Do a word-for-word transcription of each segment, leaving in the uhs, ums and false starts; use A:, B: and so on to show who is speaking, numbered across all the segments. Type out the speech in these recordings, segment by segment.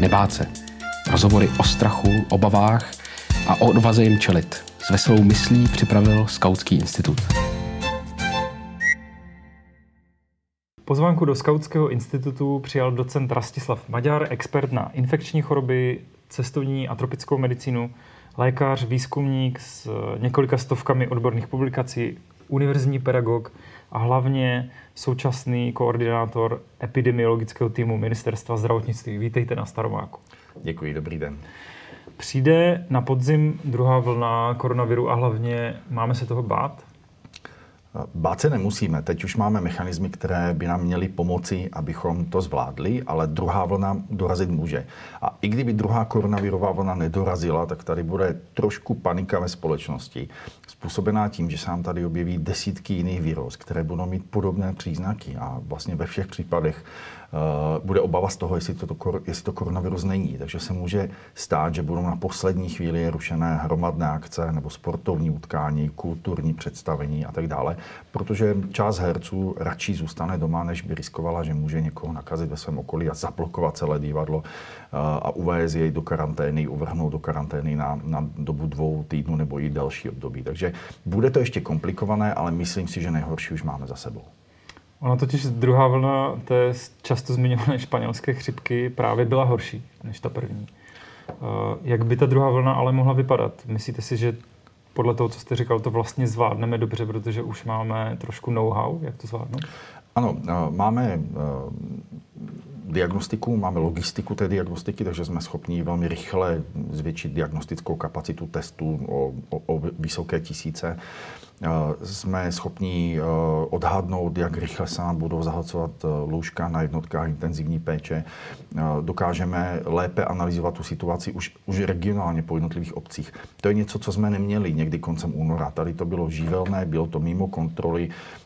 A: nebát se. Rozhovory o strachu, obavách a o odvaze jim čelit. S veselou myslí připravil Skautský institut.
B: Pozvánku do Skautského institutu přijal docent Rastislav Maďar, expert na infekční choroby, cestovní a tropickou medicínu, lékař, výzkumník s několika stovkami odborných publikací, univerzitní pedagog a hlavně současný koordinátor epidemiologického týmu Ministerstva zdravotnictví. Vítejte na Staromáku.
C: Děkuji, dobrý den.
B: Přijde na podzim druhá vlna koronaviru a hlavně máme se toho bát?
C: Bát se nemusíme. Teď už máme mechanismy, které by nám měly pomoci, abychom to zvládli, ale druhá vlna dorazit může. A i kdyby druhá koronavirová vlna nedorazila, tak tady bude trošku panika ve společnosti, způsobená tím, že se nám tady objeví desítky jiných virus, které budou mít podobné příznaky a vlastně ve všech případech uh, bude obava z toho, jestli to, to, jestli to koronavirus není. Takže se může stát, že budou na poslední chvíli rušené hromadné akce nebo sportovní utkání, kulturní představení a tak dále, protože část herců radši zůstane doma, než by riskovala, že může někoho nakazit ve svém okolí a zablokovat celé divadlo uh, a uvést jej do karantény, uvrhnout do karantény na, na dobu dvou týdnů nebo i další období. Takže bude to ještě komplikované, ale myslím si, že nejhorší už máme za sebou.
B: Ona totiž druhá vlna té často zmiňované španělské chřipky právě byla horší než ta první. Jak by ta druhá vlna ale mohla vypadat? Myslíte si, že podle toho, co jste říkal, to vlastně zvládneme dobře, protože už máme trošku know-how, jak to zvládnout?
C: Ano, máme diagnostiku, máme logistiku té diagnostiky, takže jsme schopni velmi rychle zvětšit diagnostickou kapacitu testů o, o, o vysoké tisíce. Jsme schopni odhadnout, jak rychle se nám budou zahlcovat lůžka na jednotkách intenzivní péče. Dokážeme lépe analyzovat tu situaci už, už regionálně po jednotlivých obcích. To je něco, co jsme neměli někdy koncem února. Tady to bylo živelné, bylo to mimo kontroly.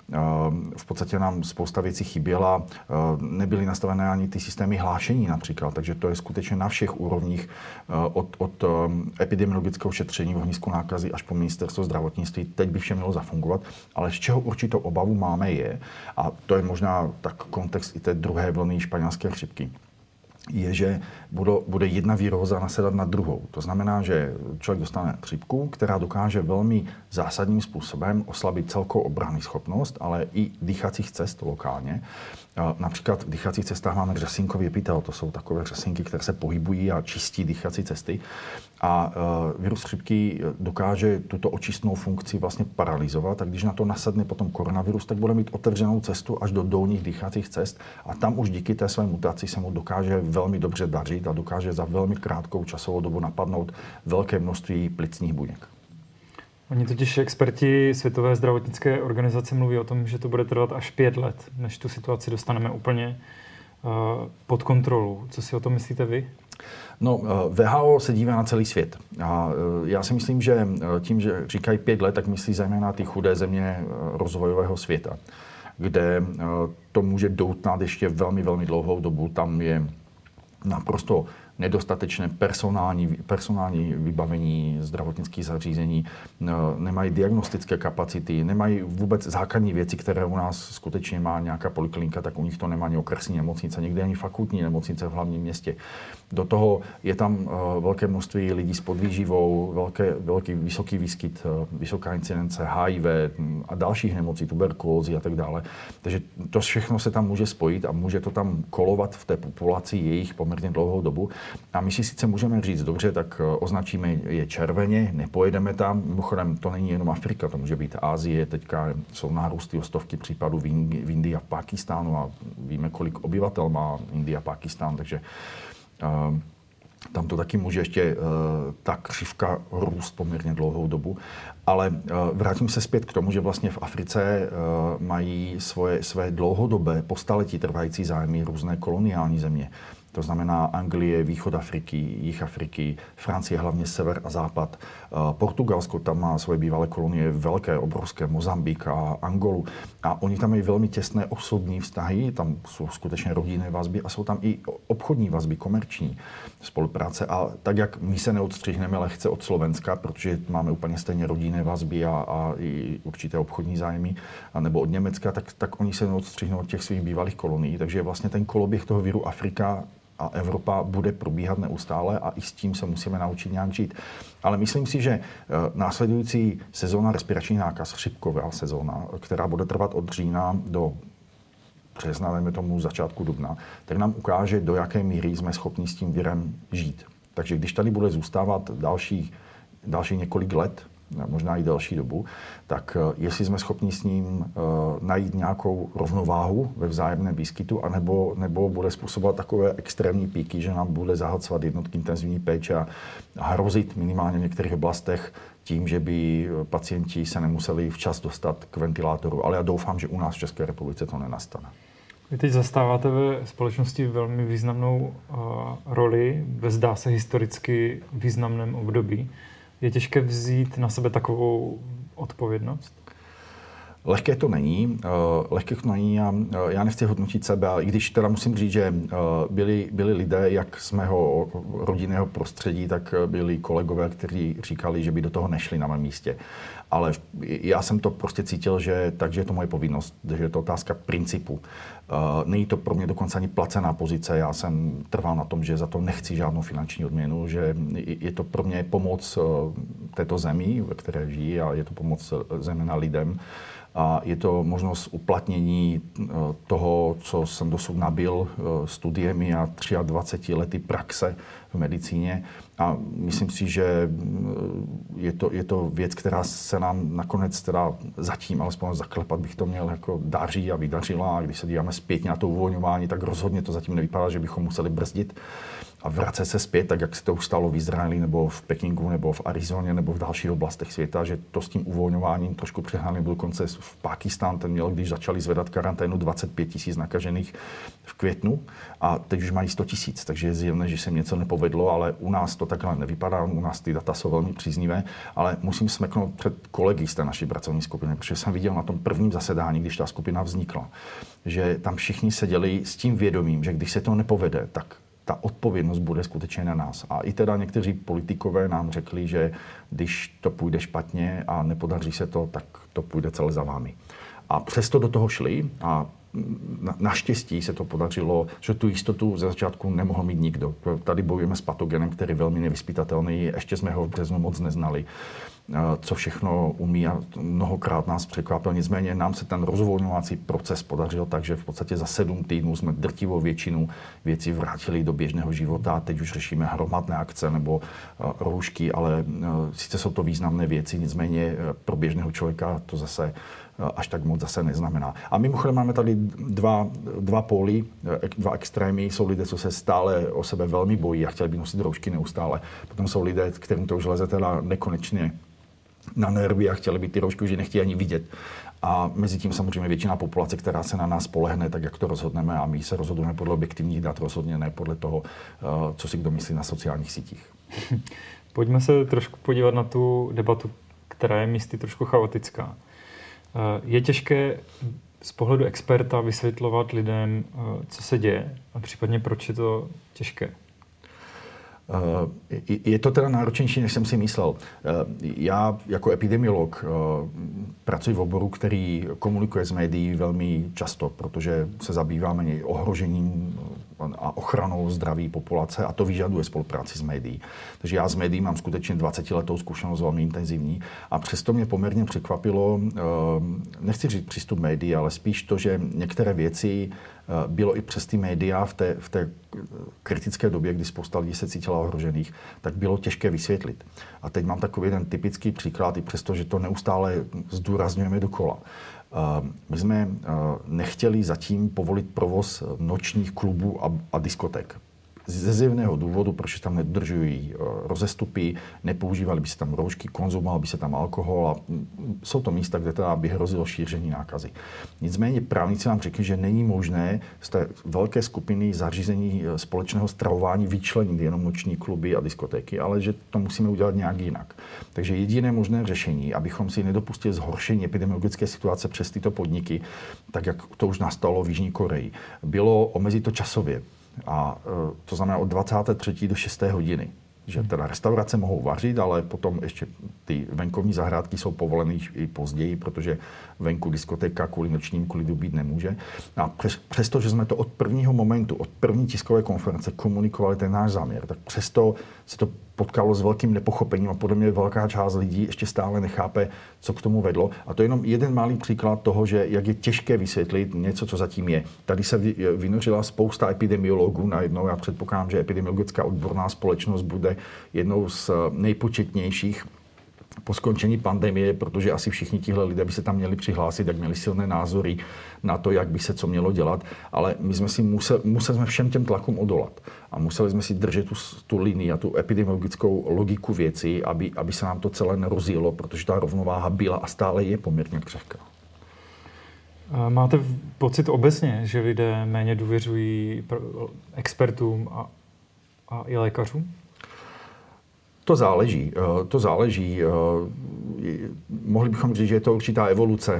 C: V podstatě nám spousta věcí chyběla. Nebyly nastavené ani ty systémy hlášení například, takže to je skutečně na všech úrovních od, od epidemiologického šetření ohnisku nákazy až po ministerstvo zdravotnictví. Teď by vše mělo zafungovat, ale z čeho určitou obavu máme je, a to je možná tak kontext i té druhé vlny španělské chřipky, je, že bude jedna viróza nasedat na druhou. To znamená, že člověk dostane chřipku, která dokáže velmi zásadním způsobem oslabit celkovou obrannou schopnost, ale i dýchacích cest lokálně. Například v dýchacích cestách máme řasinkový epitel, to jsou takové řasinky, které se pohybují a čistí dýchací cesty. A virus chřipky dokáže tuto očistnou funkci vlastně paralyzovat, a když na to nasedne potom koronavirus, tak bude mít otevřenou cestu až do dolních dýchacích cest a tam už díky té své mutaci se mu dokáže velmi dobře dařit a dokáže za velmi krátkou časovou dobu napadnout velké množství plicních buněk.
B: Oni totiž experti Světové zdravotnické organizace mluví o tom, že to bude trvat až pět let, než tu situaci dostaneme úplně uh, pod kontrolu. Co si o tom myslíte vy?
C: No, W H O se dívá na celý svět. A já si myslím, že tím, že říkají pět let, tak myslí zejména ty chudé země rozvojového světa, kde to může doutnat ještě velmi, velmi dlouhou dobu. Tam je naprosto nedostatečné personální, personální vybavení zdravotnických zařízení, nemají diagnostické kapacity, nemají vůbec základní věci, které u nás skutečně má nějaká poliklinika, tak u nich to nemá ani okresní nemocnice, někdy ani fakultní nemocnice v hlavním městě. Do toho je tam velké množství lidí s podvýživou, velké, velký vysoký výskyt, vysoká incidence H I V a dalších nemocí, tuberkulózy a tak dále. Takže to všechno se tam může spojit a může to tam kolovat v té populaci jejich poměrně dlouhou dobu. A my si sice můžeme říct, dobře, tak označíme je červeně, nepojedeme tam. Mimochodem, to není jenom Afrika, to může být Asie, teďka jsou nárůsty o stovky případů v Indii, v Indii a v Pákistánu a víme, kolik obyvatel má Indie a Pákistán, takže uh, tam to taky může ještě uh, ta křivka růst poměrně dlouhou dobu. Ale uh, vrátím se zpět k tomu, že vlastně v Africe uh, mají svoje, své dlouhodobé, po staletí trvající zájmy různé koloniální země. To znamená Anglie, východ Afriky, jih Afriky, Francie, hlavně sever a západ. Portugalsko tam má svoje bývalé kolonie velké, obrovské, Mozambik a Angolu. A oni tam mají velmi těsné osobní vztahy, tam jsou skutečně rodinné vazby a jsou tam i obchodní vazby, komerční spolupráce. A tak, jak my se neodstřihneme lehce od Slovenska, protože máme úplně stejně rodinné vazby a, a i určité obchodní zájmy, nebo od Německa, tak, tak oni se neodstřihnou od těch svých bývalých kolonií. Takže vlastně ten koloběh toho viru Afrika a Evropa bude probíhat neustále a i s tím se musíme naučit nějak žít. Ale myslím si, že následující sezóna respiračních nákaz, chřipková sezóna, která bude trvat od října do března, dejme tomu začátku dubna, tak nám ukáže, do jaké míry jsme schopni s tím virem žít. Takže když tady bude zůstávat další, další několik let, možná i delší dobu, tak jestli jsme schopni s ním uh, najít nějakou rovnováhu ve vzájemném výskytu, anebo, nebo bude způsobovat takové extrémní píky, že nám bude zahlcovat jednotky intenzivní péče a hrozit minimálně v některých oblastech tím, že by pacienti se nemuseli včas dostat k ventilátoru. Ale já doufám, že u nás v České republice to nenastane.
B: Vy teď zastáváte ve společnosti velmi významnou uh, roli, ve zdá se historicky významném období. Je těžké vzít na sebe takovou odpovědnost?
C: Lehké to není. Uh, lehké to není a uh, já nechci hodnotit sebe, ale i když teda musím říct, že uh, byli, byli lidé, jak z mého rodinného prostředí, tak byli kolegové, kteří říkali, že by do toho nešli na mém místě. Ale já jsem to prostě cítil, že takže je to moje povinnost, že je to otázka principu. Uh, není to pro mě dokonce ani placená pozice. Já jsem trval na tom, že za to nechci žádnou finanční odměnu, že je to pro mě pomoc uh, této zemi, ve které žijí, a je to pomoc zejména lidem. A je to možnost uplatnění toho, co jsem dosud nabyl studiemi a dvacet tři lety praxe v medicíně. A myslím si, že je to, je to věc, která se nám nakonec teda zatím, alespoň zaklepat bych to měl, jako daří a vydařila. A když se díváme zpětně na to uvolňování, tak rozhodně to zatím nevypadá, že bychom museli brzdit a vracet se zpět, tak jak se to už stalo v Izraeli, nebo v Pekingu, nebo v Arizoně, nebo v dalších oblastech světa, že to s tím uvolňováním trošku přehnali. Byl dokonce v Pákistánu, ten měl, když začali zvedat karanténu, dvacet pět tisíc nakažených v květnu a teď už mají sto tisíc, takže je zjevné, že se jim něco nepovedlo, ale u nás to takhle nevypadá, u nás ty data jsou velmi příznivé, ale musím smeknout před kolegy z té naší pracovní skupiny, protože jsem viděl na tom prvním zasedání, když ta skupina vznikla, že tam všichni seděli s tím vědomím, že když se to nepovede, tak ta odpovědnost bude skutečně na nás. A i teda někteří politikové nám řekli, že když to půjde špatně a nepodaří se to, tak to půjde celé za vámi. A přesto do toho šli a naštěstí se to podařilo, že tu jistotu ze začátku nemohl mít nikdo. Tady bojujeme s patogenem, který je velmi nevyzpytatelný, ještě jsme ho v březnu moc neznali, co všechno umí a mnohokrát nás překvapil. Nicméně nám se ten rozvolňovací proces podařil, takže v podstatě za sedm týdnů jsme drtivou většinu věcí vrátili do běžného života. Teď už řešíme hromadné akce nebo roušky, ale sice jsou to významné věci, nicméně pro běžného člověka to zase až tak moc zase neznamená. A mimochodem máme tady dva, dva póly, dva extrémy. Jsou lidé, co se stále o sebe velmi bojí a chtěli by nosit roušky neustále. Potom jsou lidé, kterým to už leze teda nekonečně na nervy a chtěli by ty roušky už nechtějí ani vidět. A mezi tím samozřejmě většina populace, která se na nás spolehne, tak jak to rozhodneme, a my se rozhodujeme podle objektivních dat, rozhodně ne podle toho, co si kdo myslí na sociálních sítích.
B: Pojďme se trošku podívat na tu debatu, která je místy trošku chaotická. Je těžké z pohledu experta vysvětlovat lidem, co se děje a případně proč je to těžké?
C: Je to teda náročnější, než jsem si myslel. Já jako epidemiolog pracuji v oboru, který komunikuje s médií velmi často, protože se zabýváme ohrožením a ochranou zdraví populace a to vyžaduje spolupráci s médií. Takže já s médií mám skutečně dvacetiletou zkušenost velmi intenzivní a přesto mě poměrně překvapilo, nechci říct přístup médií, ale spíš to, že některé věci bylo i přes ty média v té, v té kritické době, kdy spousta lidí se cítila ohrožených, tak bylo těžké vysvětlit. A teď mám takový jeden typický příklad, i přesto, že to neustále zdůrazňujeme dokola. My jsme nechtěli zatím povolit provoz nočních klubů a, a diskoték. Ze zjevného důvodu, protože tam nedodržují rozestupy, nepoužívali by se tam roušky, konzumoval by se tam alkohol a jsou to místa, kde teda by hrozilo šíření nákazy. Nicméně právníci nám řekli, že není možné z té velké skupiny zařízení společného stravování vyčlenit jenom noční kluby a diskotéky, ale že to musíme udělat nějak jinak. Takže jediné možné řešení, abychom si nedopustili zhoršení epidemiologické situace přes tyto podniky, tak jak to už nastalo v Jižní Koreji, bylo omezit to časově. A to znamená od dvacáté třetí do šesté hodiny. Že teda restaurace mohou vařit, ale potom ještě ty venkovní zahrádky jsou povolené i později, protože venku diskotéka kvůli nočním klidu být nemůže. A přes, přesto, že jsme to od prvního momentu, od první tiskové konference komunikovali ten náš záměr, tak přesto se to potkalo s velkým nepochopením a podle mě velká část lidí ještě stále nechápe, co k tomu vedlo. A to je jenom jeden malý příklad toho, že jak je těžké vysvětlit něco, co zatím je. Tady se vynořila spousta epidemiologů najednou. Já předpokládám, že epidemiologická odborná společnost bude jednou z nejpočetnějších po skončení pandemie, protože asi všichni tihle lidé by se tam měli přihlásit, jak měli silné názory na to, jak by se co mělo dělat, ale my jsme si museli, museli jsme všem těm tlakům odolat a museli jsme si držet tu, tu linii a tu epidemiologickou logiku věcí, aby, aby se nám to celé nerozjelo, protože ta rovnováha byla a stále je poměrně křehká.
B: Máte pocit obecně, že lidé méně důvěřují expertům a, a i lékařům?
C: To záleží. To záleží. Mohli bychom říct, že je to určitá evoluce.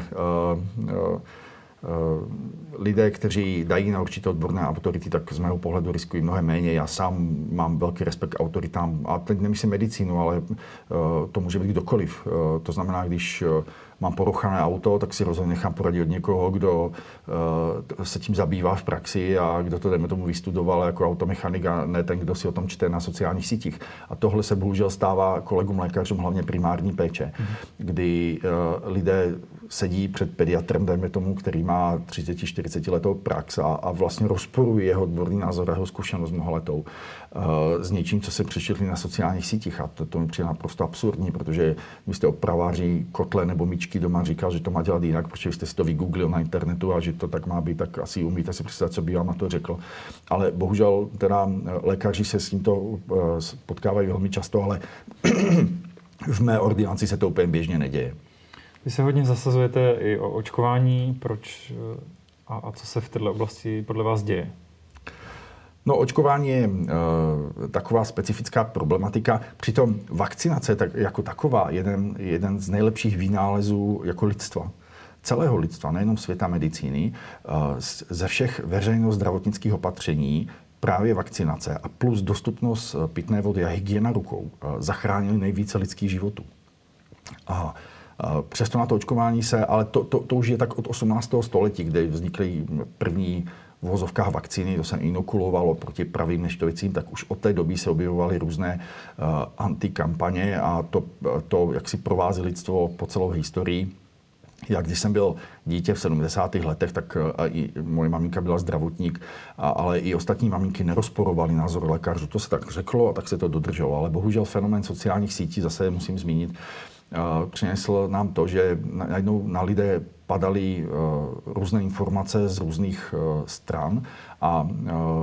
C: Lidé, kteří dají na určité odborné autority, tak z mého pohledu riskují mnohem méně. Já sám mám velký respekt k autoritám. A teď nemyslím medicínu, ale to může být kdokoliv. To znamená, když mám poruchané auto, tak si rozhodně nechám poradit od někoho, kdo se tím zabývá v praxi a kdo to, dejme tomu, vystudoval jako automechanik a ne ten, kdo si o tom čte na sociálních sítích. A tohle se bohužel stává kolegům lékařům, hlavně primární péče, mm. kdy lidé sedí před pediatrem, dejme tomu, který má třicet čtyřicet letou prax a, a vlastně rozporuje jeho odborný názor a jeho zkušenost mnohaletou uh, s něčím, co se přečetli na sociálních sítích. A to, to mi přijde naprosto absurdní, protože vy jste opraváři kotle nebo míčky doma říkal, že to má dělat jinak, protože jste si to vygooglil na internetu a že to tak má být, tak asi umíte si představit, co by vám na to řekl. Ale bohužel teda lékaři se s tímto uh, potkávají velmi často, ale v mé ordinaci se to úplně běžně neděje.
B: Vy se hodně zasazujete i o očkování. Proč a, a co se v této oblasti podle vás děje?
C: No, očkování je e, taková specifická problematika. Přitom vakcinace tak, jako taková je jeden, jeden z nejlepších vynálezů jako lidstva. Celého lidstva, nejenom světa medicíny. E, ze všech veřejno-zdravotnických opatření právě vakcinace a plus dostupnost pitné vody a hygiena rukou e, zachránili nejvíce lidských životů. A přesto na to očkování se, ale to, to, to už je tak od osmnáctého století, kde vznikly první v uvozovkách vakcíny, to se inokulovalo proti pravým neštovicím, tak už od té doby se objevovaly různé uh, antikampaně a to, to jak si provází lidstvo po celou historii. Já když jsem byl dítě v sedmdesátých letech, tak a i moje maminka byla zdravotník, a, ale i ostatní maminky nerozporovaly názor lékařů. To se tak řeklo a tak se to dodrželo. Ale bohužel fenomén sociálních sítí, zase musím zmínit, Uh, přinesl nám to, že najednou na lidé padaly uh, různé informace z různých uh, stran a uh,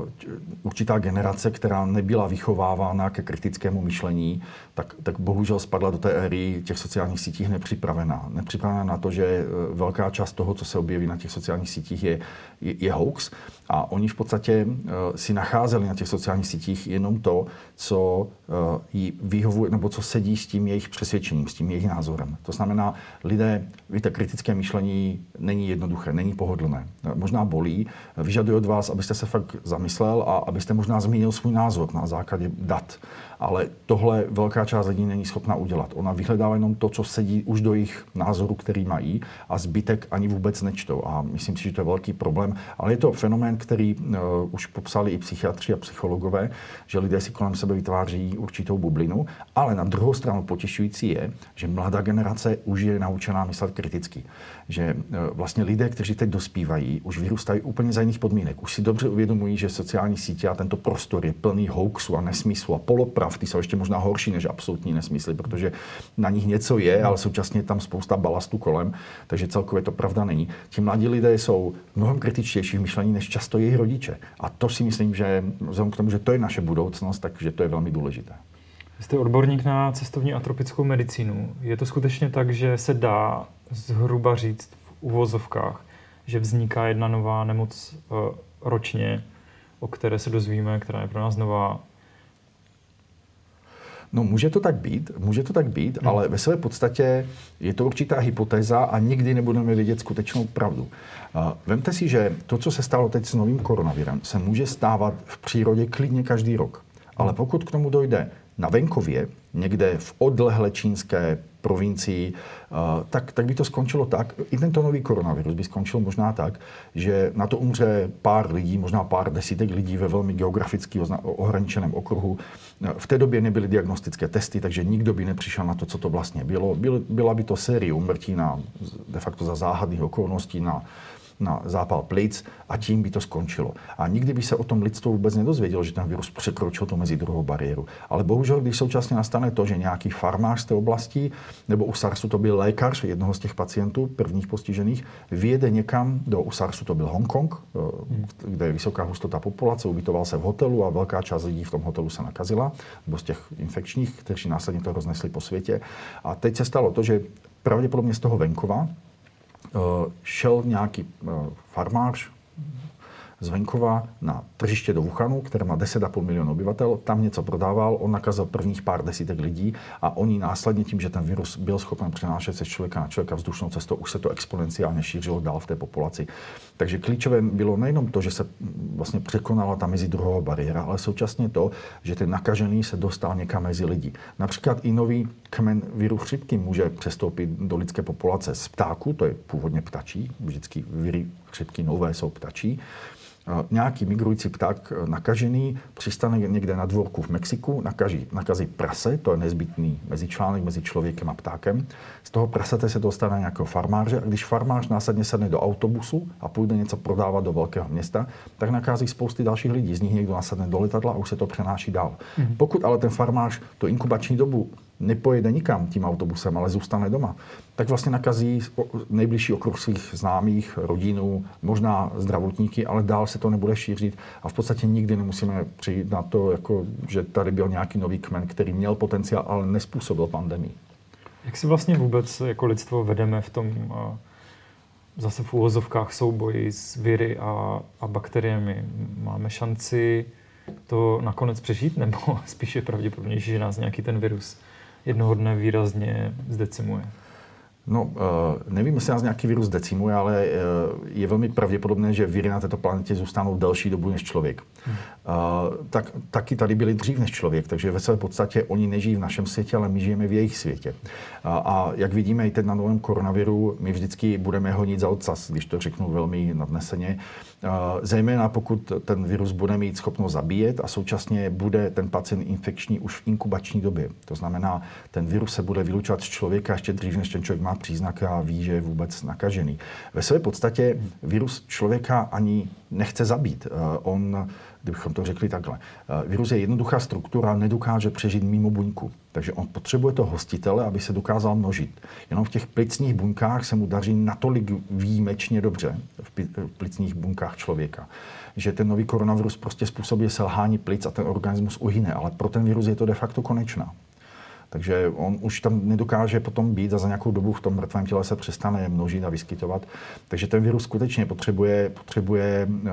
C: určitá generace, která nebyla vychovávána ke kritickému myšlení, tak, tak bohužel spadla do té éry těch sociálních sítích nepřipravená. Nepřipravená na to, že uh, velká část toho, co se objeví na těch sociálních sítích, je, je, je hoax. A oni v podstatě uh, si nacházeli na těch sociálních sítích jenom to, co uh, jí vyhovuje, nebo co sedí s tím jejich přesvědčením, s tím jejich názorem. To znamená, lidé, víte, kritické myšlení není jednoduché, není pohodlné. Možná bolí, vyžaduje od vás, abyste se fakt zamyslel a abyste možná zmínil svůj názor na základě dat. Ale tohle velká část lidí není schopna udělat. Ona vyhledává jenom to, co sedí už do jejich názoru, který mají, a zbytek ani vůbec nečtou. A myslím si, že to je velký problém. Ale je to fenomén, který uh, už popsali i psychiatři a psychologové, že lidé si kolem sebe vytváří určitou bublinu. Ale na druhou stranu potěšující je, že mladá generace už je naučená myslet kriticky. Že uh, vlastně lidé, kteří teď dospívají, už vyrůstají úplně za jiných podmínek. Už si dobře uvědomují, že sociální sítě a tento prostor je plný hoaxu a nesmyslu a poloprav. Ty jsou ještě možná horší než absolutní nesmysly, protože na nich něco je, ale současně je tam spousta balastu kolem, takže celkově to pravda není. Ti mladí lidé jsou mnohem kritičtější v myšlení než často jejich rodiče. A to si myslím, že vzhledem k tomu, že to je naše budoucnost, takže to je velmi důležité.
B: Jste odborník na cestovní a tropickou medicínu. Je to skutečně tak, že se dá zhruba říct v uvozovkách, že vzniká jedna nová nemoc uh, ročně, o které se dozvíme, která je pro nás nová?
C: No, může to tak být, může to tak být, hmm. ale ve své podstatě je to určitá hypotéza a nikdy nebudeme vědět skutečnou pravdu. Uh, vemte si, že to, co se stalo teď s novým koronavirem, se může stávat v přírodě klidně každý rok. Ale pokud k tomu dojde na venkově, někde v odlehlé čínské provincii, tak, tak by to skončilo tak, i tento nový koronavirus by skončil možná tak, že na to umře pár lidí, možná pár desítek lidí ve velmi geograficky ohraničeném okruhu. V té době nebyly diagnostické testy, takže nikdo by nepřišel na to, co to vlastně bylo. Byl, byla by to série úmrtí na, de facto za záhadných okolností na na zápal plic a tím by to skončilo. A nikdy by se o tom lidstvo vůbec nedozvědělo, že ten virus překročil tu mezidruhovou bariéru. Ale bohužel, když současně nastane to, že nějaký farmář z té oblasti, nebo u SARSu to byl lékař jednoho z těch pacientů, prvních postižených, vyjede někam, do u SARSu to byl Hongkong, kde je vysoká hustota populace, ubytoval se v hotelu a velká část lidí v tom hotelu se nakazila, nebo z těch infekčních, kteří následně to roznesli po světě. A teď se stalo to, že pravděpodobně z toho venkova šel nějaký farmář z venkova na tržiště do Wuhanu, které má deset a půl milionu obyvatel, tam něco prodával, on nakazil prvních pár desítek lidí a oni následně tím, že ten virus byl schopen přenášet se člověka na člověka vzdušnou cestou, už se to exponenciálně šířilo dál v té populaci. Takže klíčové bylo nejenom to, že se vlastně překonala ta mezidruhová bariéra, ale současně to, že ten nakažený se dostal někam mezi lidi. Například i nový kmen viru chřipky může přestoupit do lidské populace z ptáku, to je původně ptačí, vždycky viry chřipky nové jsou ptačí. Nějaký migrující pták nakažený přistane někde na dvorku v Mexiku, nakazí, nakazí prase, to je nezbytný mezičlánek mezi člověkem a ptákem. Z toho prasete se dostane nějakého farmáře a když farmář následně sedne do autobusu a půjde něco prodávat do velkého města, tak nakází spousty dalších lidí. Z nich někdo nasedne do letadla a už se to přenáší dál. Mm. Pokud ale ten farmář tu inkubační dobu nepojede nikam tím autobusem, ale zůstane doma, tak vlastně nakazí nejbližší okruh svých známých, rodinu, možná zdravotníky, ale dál se to nebude šířit a v podstatě nikdy nemusíme přijít na to, jako, že tady byl nějaký nový kmen, který měl potenciál, ale nespůsobil pandemii.
B: Jak si vlastně vůbec jako lidstvo vedeme v tom zase v úvozovkách souboji s viry a, a bakteriemi? Máme šanci to nakonec přežít, nebo spíš je pravděpodobnější, že nás nějaký ten virus jednoho dne výrazně zdecimuje?
C: No, nevím, jestli nás nějaký virus decimuje, ale je velmi pravděpodobné, že viry na této planetě zůstanou delší dobu než člověk. Hmm. Tak, taky tady byli dřív než člověk, takže ve své podstatě oni nežijí v našem světě, ale my žijeme v jejich světě. A, a jak vidíme i teď na novém koronaviru, my vždycky budeme honit za ocas, když to řeknu velmi nadneseně. Zejména pokud ten virus bude mít schopnost zabíjet a současně bude ten pacient infekční už v inkubační době. To znamená, ten virus se bude vylučovat z člověka ještě dřív, než ten člověk má příznaky a ví, že je vůbec nakažený. Ve své podstatě virus člověka ani nechce zabít. On, kdybychom to řekli takhle, virus je jednoduchá struktura, nedokáže přežít mimo buňku. Takže on potřebuje toho hostitele, aby se dokázal množit. Jenom v těch plicních buňkách se mu daří natolik výjimečně dobře, v plicních buňkách člověka, že ten nový koronavirus prostě způsobí selhání plic a ten organismus uhyne. Ale pro ten virus je to de facto konečná. Takže on už tam nedokáže potom být a za nějakou dobu v tom mrtvém těle se přestane množit a vyskytovat. Takže ten virus skutečně potřebuje, potřebuje uh,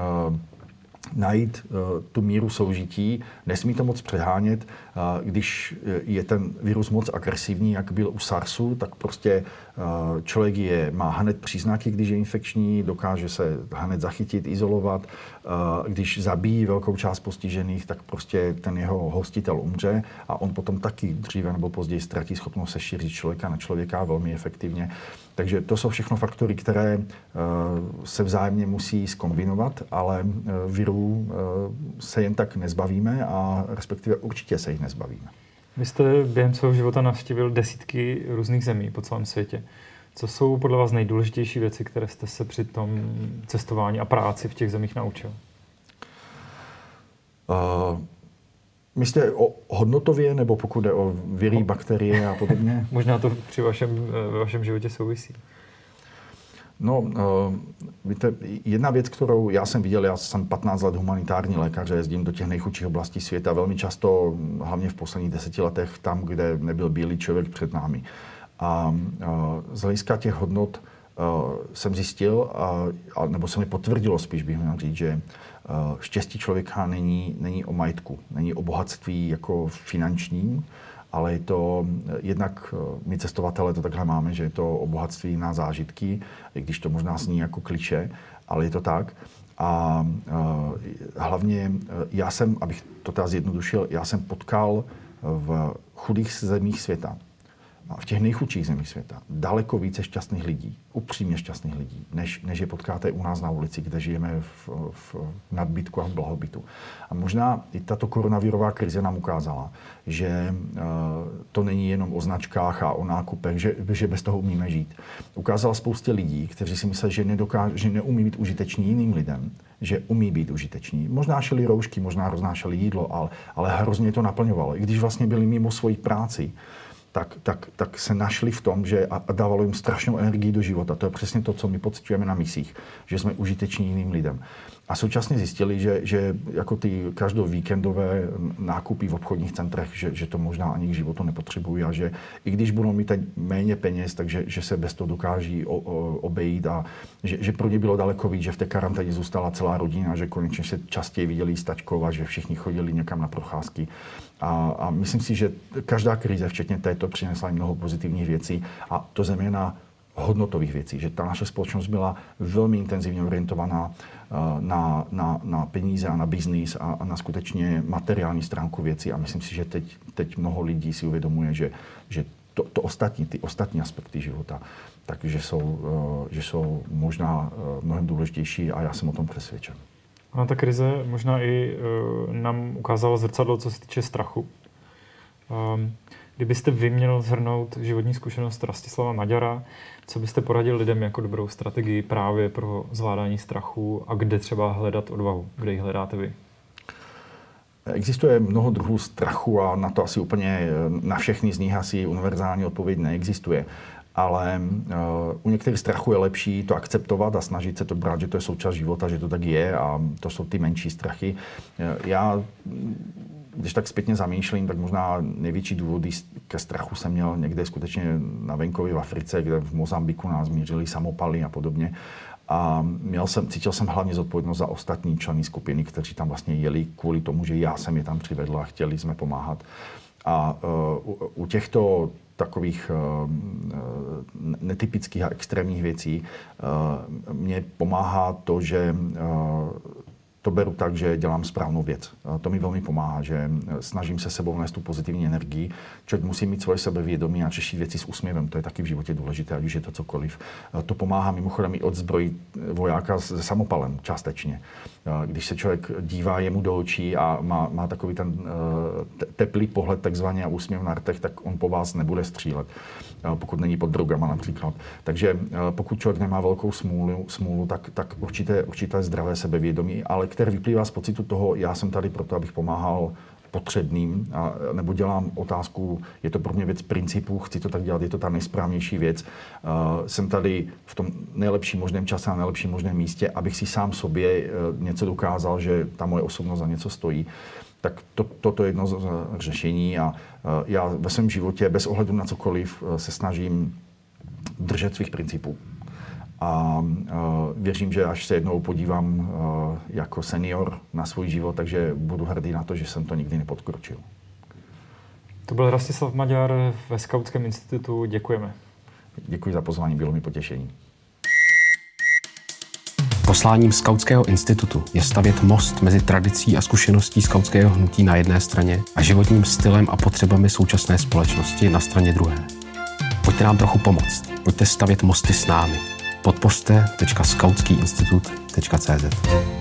C: najít uh, tu míru soužití. Nesmí to moc přehánět. Uh, když je ten virus moc agresivní, jak byl u SARSu, tak prostě uh, člověk je, má hned příznaky, když je infekční, dokáže se hned zachytit, izolovat. Uh, když zabíjí velkou část postižených, tak prostě ten jeho hostitel umře a on potom taky dříve nebo později ztratí schopnost se šířit člověka na člověka velmi efektivně. Takže to jsou všechno faktory, které uh, se vzájemně musí zkombinovat, ale uh, virů uh, se jen tak nezbavíme a respektive určitě se jich nezbavíme.
B: Vy jste během svého života navštívil desítky různých zemí po celém světě. Co jsou podle vás nejdůležitější věci, které jste se při tom cestování a práci v těch zemích naučil?
C: Uh, myslíte o hodnotově, nebo pokud jde o viry, bakterie a podobně?
B: Možná to při vašem, ve vašem životě souvisí.
C: No, uh, víte, jedna věc, kterou já jsem viděl, já jsem patnáct let humanitární lékař, jezdím do těch nejchudších oblastí světa, velmi často, hlavně v posledních deseti letech, tam, kde nebyl bílý člověk před námi. A uh, z hlediska těch hodnot uh, jsem zjistil, uh, nebo se mi potvrdilo spíš, bych měl říct, že uh, štěstí člověka není, není o majetku, není o bohatství jako finančním, ale je to jednak, my cestovatelé to takhle máme, že je to o bohatství na zážitky, i když to možná zní jako klišé, ale je to tak. A uh, hlavně já jsem, abych to teda zjednodušil, já jsem potkal v chudých zemích světa, v těch nejchudších zemích světa, daleko více šťastných lidí, upřímně šťastných lidí, než, než je potkáte u nás na ulici, kde žijeme v, v nadbytku a v blahobytu. A možná i tato koronavirová krize nám ukázala, že uh, to není jenom o značkách a o nákupech, že, že bez toho umíme žít. Ukázala spoustě lidí, kteří si mysleli, že, nedokáž, že neumí být užiteční jiným lidem, že umí být užiteční. Možná šili roušky, možná roznášeli jídlo, ale, ale hrozně to naplňovalo. I když vlastně byli mimo svoji práci, Tak, tak, tak se našli v tom, že a dávalo jim strašnou energii do života. To je přesně to, co my pociťujeme na misích, že jsme užiteční jiným lidem. A současně zjistili, že, že jako ty každou víkendové nákupy v obchodních centrech, že, že to možná ani k životu nepotřebují a že i když budou mít méně peněz, takže že se bez toho dokáží o, o, obejít a že, že pro ně bylo daleko víc, že v té karanténě zůstala celá rodina, že konečně se častěji viděli s tačkou a že všichni chodili někam na procházky. A, a myslím si, že každá krize, včetně této, přinesla i mnoho pozitivních věcí a to zejména hodnotových věcí, že ta naše společnost byla velmi intenzivně orientovaná na, na, na peníze a na biznis a, a na skutečně materiální stránku věcí a myslím si, že teď, teď mnoho lidí si uvědomuje, že, že to, to ostatní, ty ostatní aspekty života, takže jsou, že jsou možná mnohem důležitější a já jsem o tom přesvědčen.
B: A ta krize možná i uh, nám ukázala zrcadlo, co se týče strachu. Um, kdybyste vy měl shrnout životní zkušenost Rastislava Maďara, co byste poradil lidem jako dobrou strategii právě pro zvládání strachu a kde třeba hledat odvahu? Kde ji hledáte vy?
C: Existuje mnoho druhů strachu a na to asi úplně na všechny z nich asi univerzální odpověď neexistuje. Ale uh, u některých strachů je lepší to akceptovat a snažit se to brát, že to je součást života, že to tak je a to jsou ty menší strachy. Já, když tak zpětně zamýšlím, tak možná největší důvody ke strachu jsem měl někde skutečně na venkově v Africe, kde v Mozambiku nás mířili samopaly a podobně. A měl jsem, cítil jsem hlavně zodpovědnost za ostatní členy skupiny, kteří tam vlastně jeli kvůli tomu, že já jsem je tam přivedl a chtěli jsme pomáhat. A uh, u, u těchto takových uh, netypických a extrémních věcí uh, mě pomáhá to, že uh, to beru tak, že dělám správnou věc. To mi velmi pomáhá, že snažím se sebou nést tu pozitivní energii. Člověk musí mít svoje sebevědomí a řešit věci s úsměvem. To je taky v životě důležité, ať už je to cokoliv. To pomáhá mimochodem i odzbrojit vojáka se samopalem částečně. Když se člověk dívá jemu do očí a má, má takový ten teplý pohled takzvaně a úsměv na rtech, tak on po vás nebude střílet, pokud není pod drogama například. Takže pokud člověk nemá velkou smůlu, smůlu tak, tak určité, určité zdravé sebevědomí, ale které vyplývá z pocitu toho, já jsem tady proto, abych pomáhal potřebným, a, nebo dělám otázku, je to pro mě věc principů, chci to tak dělat, je to ta nejsprávnější věc. Uh, jsem tady v tom nejlepším možném čase a nejlepším možném místě, abych si sám sobě uh, něco dokázal, že ta moje osobnost za něco stojí. Tak to, toto je jedno z řešení a uh, já ve svém životě bez ohledu na cokoliv uh, se snažím držet svých principů. A uh, věřím, že až se jednou podívám uh, jako senior na svůj život, takže budu hrdý na to, že jsem to nikdy nepodkročil.
B: To byl Rastislav Maďar ve Skautském institutu. Děkujeme.
C: Děkuji za pozvání, bylo mi potěšení.
A: Posláním Skautského institutu je stavět most mezi tradicí a zkušeností skautského hnutí na jedné straně a životním stylem a potřebami současné společnosti na straně druhé. Pojďte nám trochu pomoct. Pojďte stavět mosty s námi. podpořte tečka skautský institut tečka cé zet.